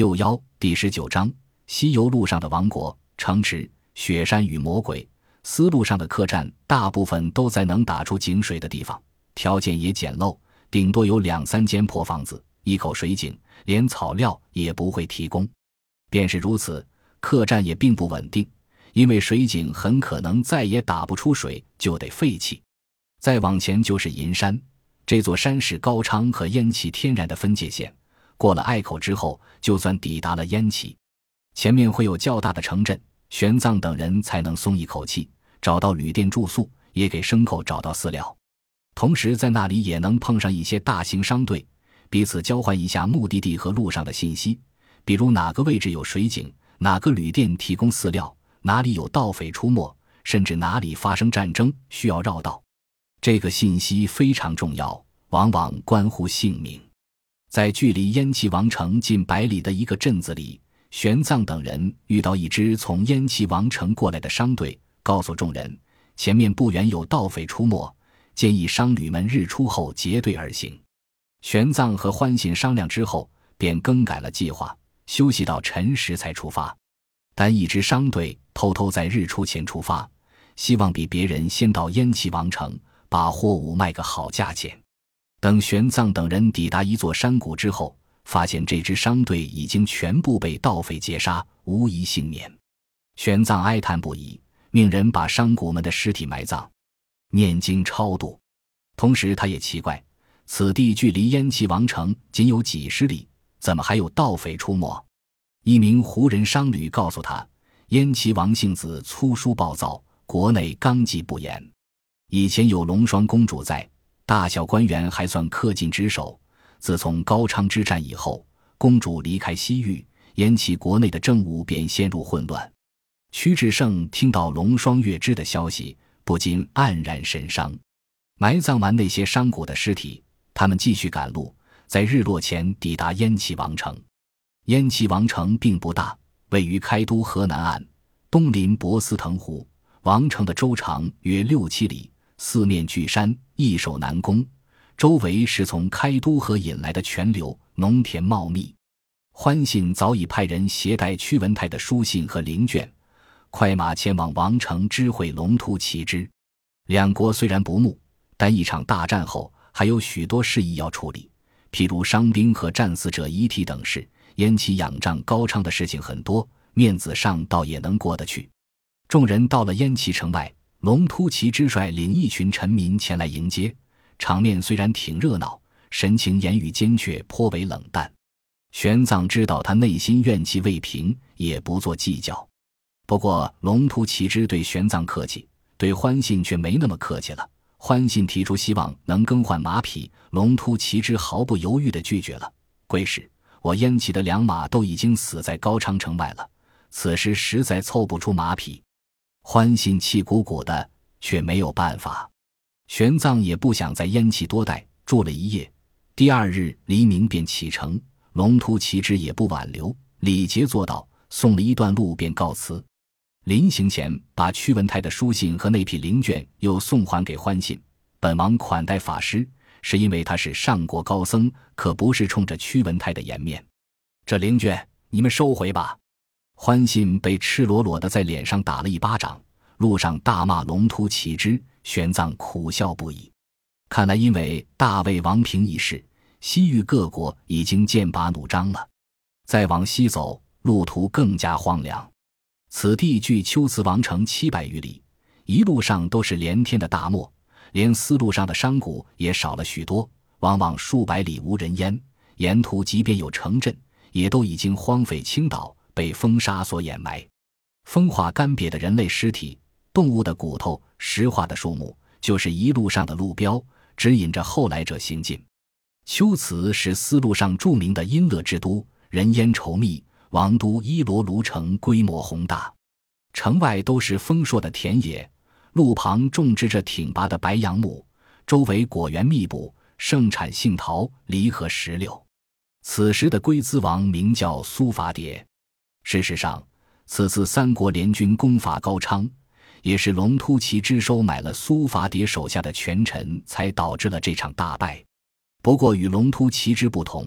第19章西游路上的王国、城池、雪山与魔鬼。丝路上的客栈大部分都在能打出井水的地方，条件也简陋，顶多有2-3间破房子，一口水井，连草料也不会提供。便是如此，客栈也并不稳定，因为水井很可能再也打不出水，就得废弃。再往前就是银山，这座山是高昌和燕齐天然的分界线，过了隘口之后，就算抵达了燕齐，前面会有较大的城镇，玄奘等人才能松一口气，找到旅店住宿，也给牲口找到饲料。同时在那里也能碰上一些大型商队，彼此交换一下目的地和路上的信息，比如哪个位置有水井，哪个旅店提供饲料，哪里有盗匪出没，甚至哪里发生战争需要绕道。这个信息非常重要，往往关乎性命。在距离燕齐王城近100里的一个镇子里，玄奘等人遇到一支从燕齐王城过来的商队，告诉众人前面不远有盗匪出没，建议商旅们日出后结队而行。玄奘和欢信商量之后，便更改了计划，休息到辰时才出发。但一支商队偷偷在日出前出发，希望比别人先到燕齐王城，把货物卖个好价钱。等玄奘等人抵达一座山谷之后，发现这支商队已经全部被盗匪劫杀，无一幸免。玄奘哀叹不已，命人把商贾们的尸体埋葬，念经超度。同时他也奇怪，此地距离燕齐王城仅有几十里，怎么还有盗匪出没？一名胡人商旅告诉他，燕齐王性子粗疏暴躁，国内纲纪不严，以前有龙双公主在，大小官员还算恪尽职守，自从高昌之战以后，公主离开西域，燕齐国内的政务便陷入混乱。屈志胜听到龙双月之的消息，不禁黯然神伤。埋葬完那些商贾的尸体，他们继续赶路，在日落前抵达燕齐王城。燕齐王城并不大，位于开都河南岸，东临博斯腾湖，王城的周长约6-7里，四面巨山，易守难攻，周围是从开都河引来的泉流，农田茂密。欢信早已派人携带屈文泰的书信和灵卷，快马前往王城知会龙突骑之。两国虽然不睦，但一场大战后还有许多事宜要处理，譬如伤兵和战死者遗体等事。燕齐仰仗高昌的事情很多，面子上倒也能过得去。众人到了燕齐城外，龙突骑之率领一群臣民前来迎接，场面虽然挺热闹，神情言语间却颇为冷淡。玄奘知道他内心怨气未平，也不做计较。不过龙突骑之对玄奘客气，对欢信却没那么客气了。欢信提出希望能更换马匹，龙突骑之毫不犹豫地拒绝了。贵使，我燕齐的良马都已经死在高昌城外了，此时实在凑不出马匹。欢信气鼓鼓的，却没有办法。玄奘也不想在燕齐多待，住了一夜，第2日黎明便启程。龙突骑之也不挽留，礼节做到，送了一段路便告辞。临行前把屈文泰的书信和那匹灵卷又送还给欢信。本王款待法师，是因为他是上国高僧，可不是冲着屈文泰的颜面。这灵卷你们收回吧。欢信被赤裸裸地在脸上打了一巴掌，路上大骂龙突骑之。玄奘苦笑不已，看来因为大魏王平一事，西域各国已经剑拔弩张了。再往西走，路途更加荒凉。此地距龟兹王城700余里，一路上都是连天的大漠，连丝路上的商贾也少了许多，往往数百里无人烟。沿途即便有城镇，也都已经荒废倾倒，被风沙所掩埋。风化干瘪的人类尸体，动物的骨头，石化的树木，就是一路上的路标，指引着后来者行进。龟兹是丝路上著名的阴乐之都，人烟稠密，王都伊罗卢城规模宏大，城外都是丰硕的田野，路旁种植着挺拔的白杨木，周围果园密布，盛产杏桃、梨和石榴。此时的龟兹王名叫苏伐迭。事实上，此次三国联军攻伐高昌，也是龙突骑之收买了苏伐迭手下的权臣，才导致了这场大败。不过与龙突骑之不同，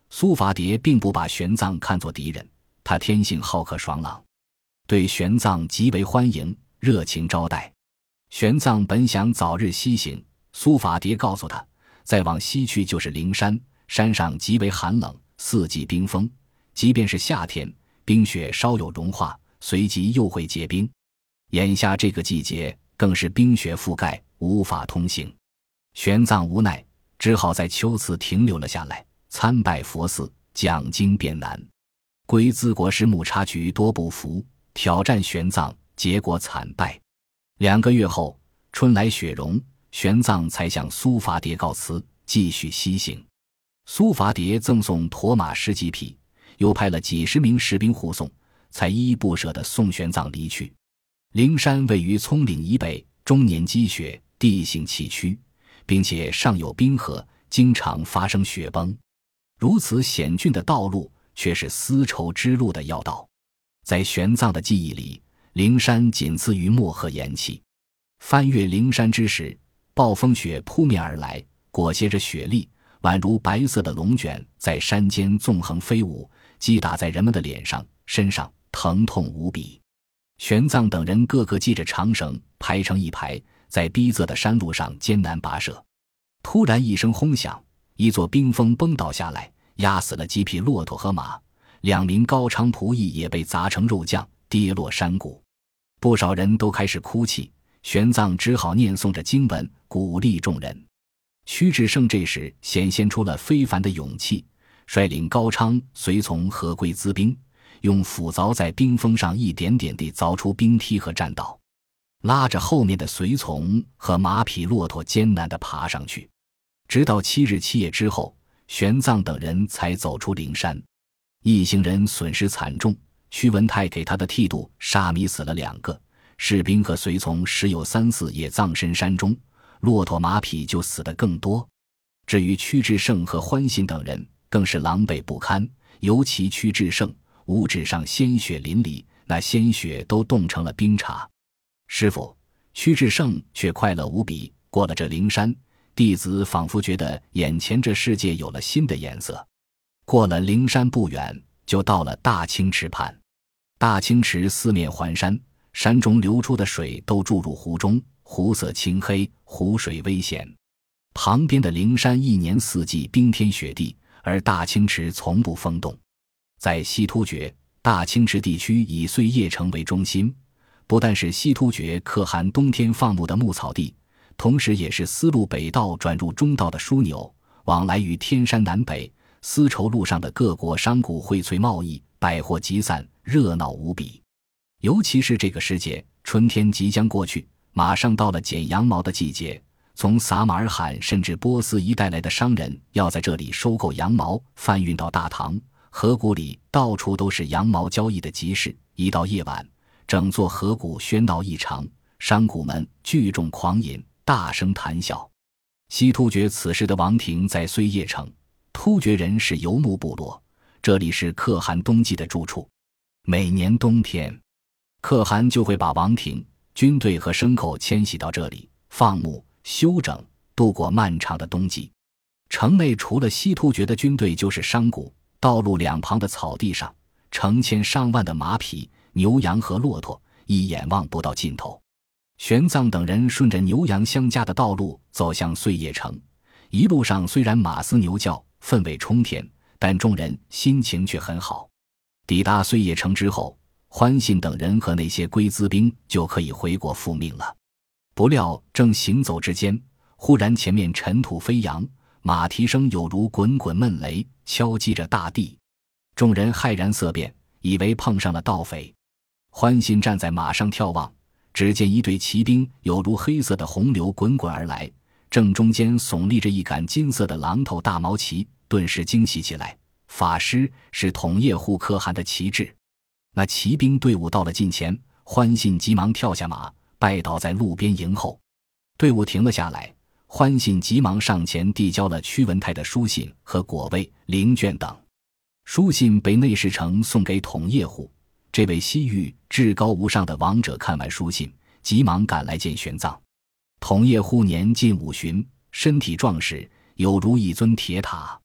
苏伐迭并不把玄奘看作敌人，他天性好客爽朗，对玄奘极为欢迎，热情招待。玄奘本想早日西行，苏伐迭告诉他，再往西去就是灵山，山上极为寒冷，四季冰封，即便是夏天，冰雪稍有融化，随即又会结冰。眼下这个季节更是冰雪覆盖，无法通行。玄奘无奈，只好在秋寺停留了下来，参拜佛寺，讲经遍南。龟兹国师木叉局多不服，挑战玄奘，结果惨败。2个月后，春来雪融，玄奘才向苏伐迭告辞，继续西行。苏伐迭赠送驼马10几匹，又派了几十名士兵护送，才依依不舍地送玄奘离去。灵山位于葱岭以北，终年积雪，地形崎岖，并且上有冰河，经常发生雪崩。如此险峻的道路，却是丝绸之路的要道。在玄奘的记忆里，灵山仅次于漠河延齐。翻越灵山之时，暴风雪扑面而来，裹挟着雪粒，宛如白色的龙卷在山间纵横飞舞，击打在人们的脸上、身上，疼痛无比。玄奘等人个个系着长绳，排成一排，在逼仄的山路上艰难跋涉。突然一声轰响，一座冰峰崩倒下来，压死了几匹骆驼和马，2名高昌仆役也被砸成肉酱，跌落山谷。不少人都开始哭泣，玄奘只好念诵着经文，鼓励众人。屈志胜这时显现出了非凡的勇气，率领高昌随从合归资兵，用斧凿在冰峰上一点点地凿出冰梯和栈道，拉着后面的随从和马匹骆驼艰难地爬上去。直到7日7夜之后，玄奘等人才走出灵山。一行人损失惨重，屈文泰给他的剃度沙弥死了2个，士兵和随从时有3、4夜葬身山中，骆驼马匹就死得更多。至于屈志胜和欢信等人，更是狼狈不堪，尤其屈志胜，五指上鲜血淋漓，那鲜血都冻成了冰碴。师傅，屈志胜却快乐无比，过了这灵山，弟子仿佛觉得眼前这世界有了新的颜色。过了灵山不远，就到了大清池畔。大清池四面环山，山中流出的水都注入湖中，湖色清黑，湖水危险。旁边的灵山一年四季冰天雪地，而大清池从不风动。在西突厥，大清池地区以碎叶城为中心，不但是西突厥可汗冬天放牧的牧草地，同时也是丝路北道转入中道的枢纽，往来于天山南北，丝绸路上的各国商贾荟萃贸易，百货集散，热闹无比。尤其是这个时节，春天即将过去，马上到了剪羊毛的季节，从撒马尔罕甚至波斯一带来的商人要在这里收购羊毛，贩运到大唐。河谷里到处都是羊毛交易的集市，一到夜晚，整座河谷喧闹异常，商贾们聚众狂饮，大声谈笑。西突厥此时的王庭在碎叶城，突厥人是游牧部落，这里是可汗冬季的住处。每年冬天，可汗就会把王庭、军队和牲口迁徙到这里，放牧、休整，度过漫长的冬季。城内除了西突厥的军队就是商贾，道路两旁的草地上，成千上万的马匹、牛羊和骆驼，一眼望不到尽头。玄奘等人顺着牛羊相加的道路走向碎叶城，一路上虽然马嘶牛叫，氛围冲天，但众人心情却很好。抵达碎叶城之后，欢信等人和那些龟兹兵就可以回国复命了。不料正行走之间，忽然前面尘土飞扬，马蹄声有如滚滚闷雷，敲击着大地。众人骇然色变，以为碰上了盗匪。欢信站在马上眺望，只见一队骑兵有如黑色的洪流滚滚而来，正中间耸立着一杆金色的榔头大毛旗，顿时惊喜起来。法师，是统叶护可汗的旗帜。那骑兵队伍到了近前，欢信急忙跳下马，拜倒在路边迎候。队伍停了下来，欢信急忙上前递交了屈文泰的书信和果味、灵卷等。书信被内侍丞送给统叶护，这位西域至高无上的王者看完书信，急忙赶来见玄奘。统叶护年近50，身体壮实，有如一尊铁塔。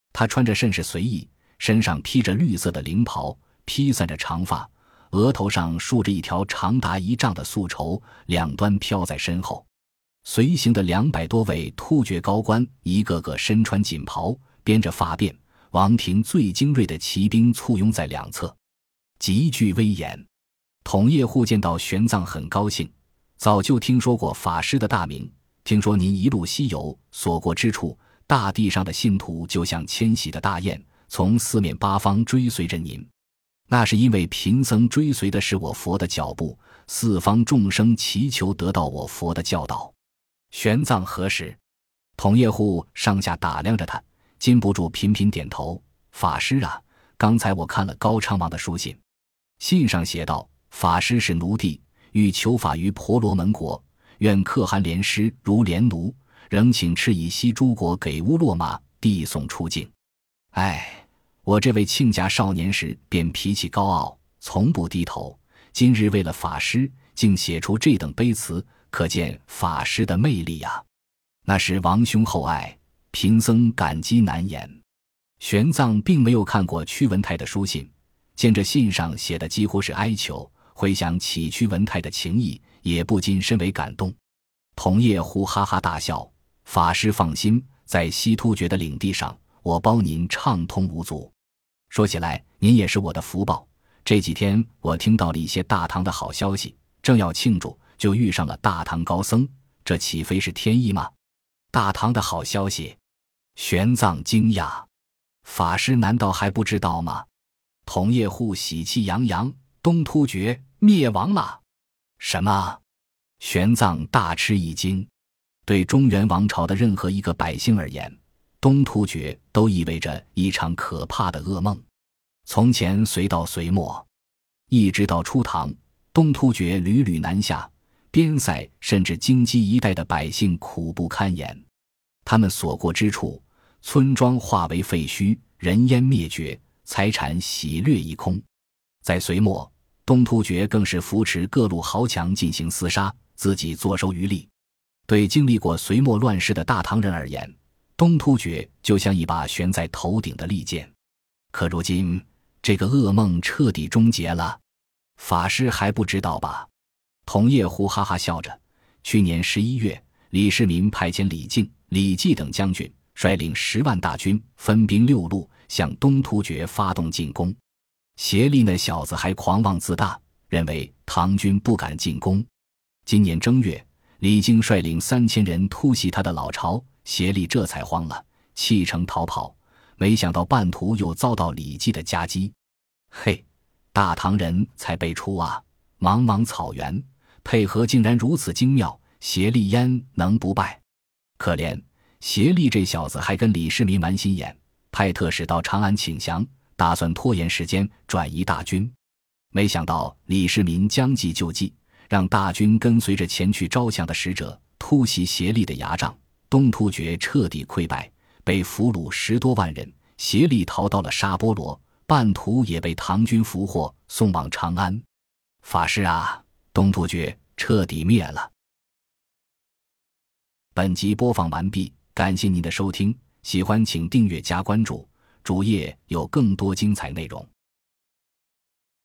他穿着甚是随意，身上披着绿色的绫袍，披散着长发，额头上竖着一条长达1丈的素绸，两端飘在身后。随行的200多位突厥高官，一个个身穿锦袍，编着发辫，王庭最精锐的骑兵簇拥在两侧，极具威严。统叶护见到玄奘很高兴，早就听说过法师的大名，听说您一路西游，所过之处，大地上的信徒就像迁徙的大雁，从四面八方追随着您。那是因为贫僧追随的是我佛的脚步，四方众生祈求得到我佛的教导。玄奘何时？统叶护上下打量着他，禁不住频频点头。法师啊，刚才我看了高昌王的书信，信上写道，法师是奴隶，欲求法于婆罗门国，愿可汗怜师如怜奴，仍请敕以西诸国给乌落马递送出境。哎，我这位亲家少年时便脾气高傲，从不低头，今日为了法师竟写出这等悲词，可见法师的魅力啊！那是王兄厚爱，贫僧感激难言。玄奘并没有看过屈文泰的书信，见这信上写的几乎是哀求，回想起屈文泰的情谊，也不禁深为感动。统叶呼哈哈大笑，法师放心，在西突厥的领地上，我包您畅通无阻。说起来，您也是我的福报。这几天我听到了一些大唐的好消息，正要庆祝，就遇上了大唐高僧，这岂非是天意吗？大唐的好消息？玄奘惊讶，法师难道还不知道吗？统叶护喜气洋洋，东突厥灭亡了。什么？玄奘大吃一惊。对中原王朝的任何一个百姓而言，东突厥都意味着一场可怕的噩梦。从前隋到隋末，一直到初唐，东突厥屡屡南下，边塞甚至京畿一带的百姓苦不堪言。他们所过之处，村庄化为废墟，人烟灭绝，财产洗掠一空。在隋末，东突厥更是扶持各路豪强进行厮杀，自己坐收渔利。对经历过隋末乱世的大唐人而言，东突厥就像一把悬在头顶的利剑。可如今，这个噩梦彻底终结了。法师还不知道吧？统叶呼哈哈笑着。去年11月，李世民派遣李靖、李绩等将军率领10万大军，分兵6路向东突厥发动进攻。协力那小子还狂妄自大，认为唐军不敢进攻。今年正月，李靖率领3000人突袭他的老巢，协力这才慌了，弃城逃跑。没想到半途又遭到李绩的夹击。嘿，大唐人才辈出啊！茫茫草原，配合竟然如此精妙，协力焉能不败？可怜协力这小子还跟李世民玩心眼，派特使到长安请降，打算拖延时间转移大军。没想到李世民将计就计，让大军跟随着前去招降的使者突袭协力的牙帐，东突厥彻底溃败，被俘虏10多万人，协力逃到了沙波罗，半途也被唐军俘获，送往长安。法师啊，东突厥彻底灭了。本集播放完毕，感谢您的收听，喜欢请订阅加关注，主页有更多精彩内容。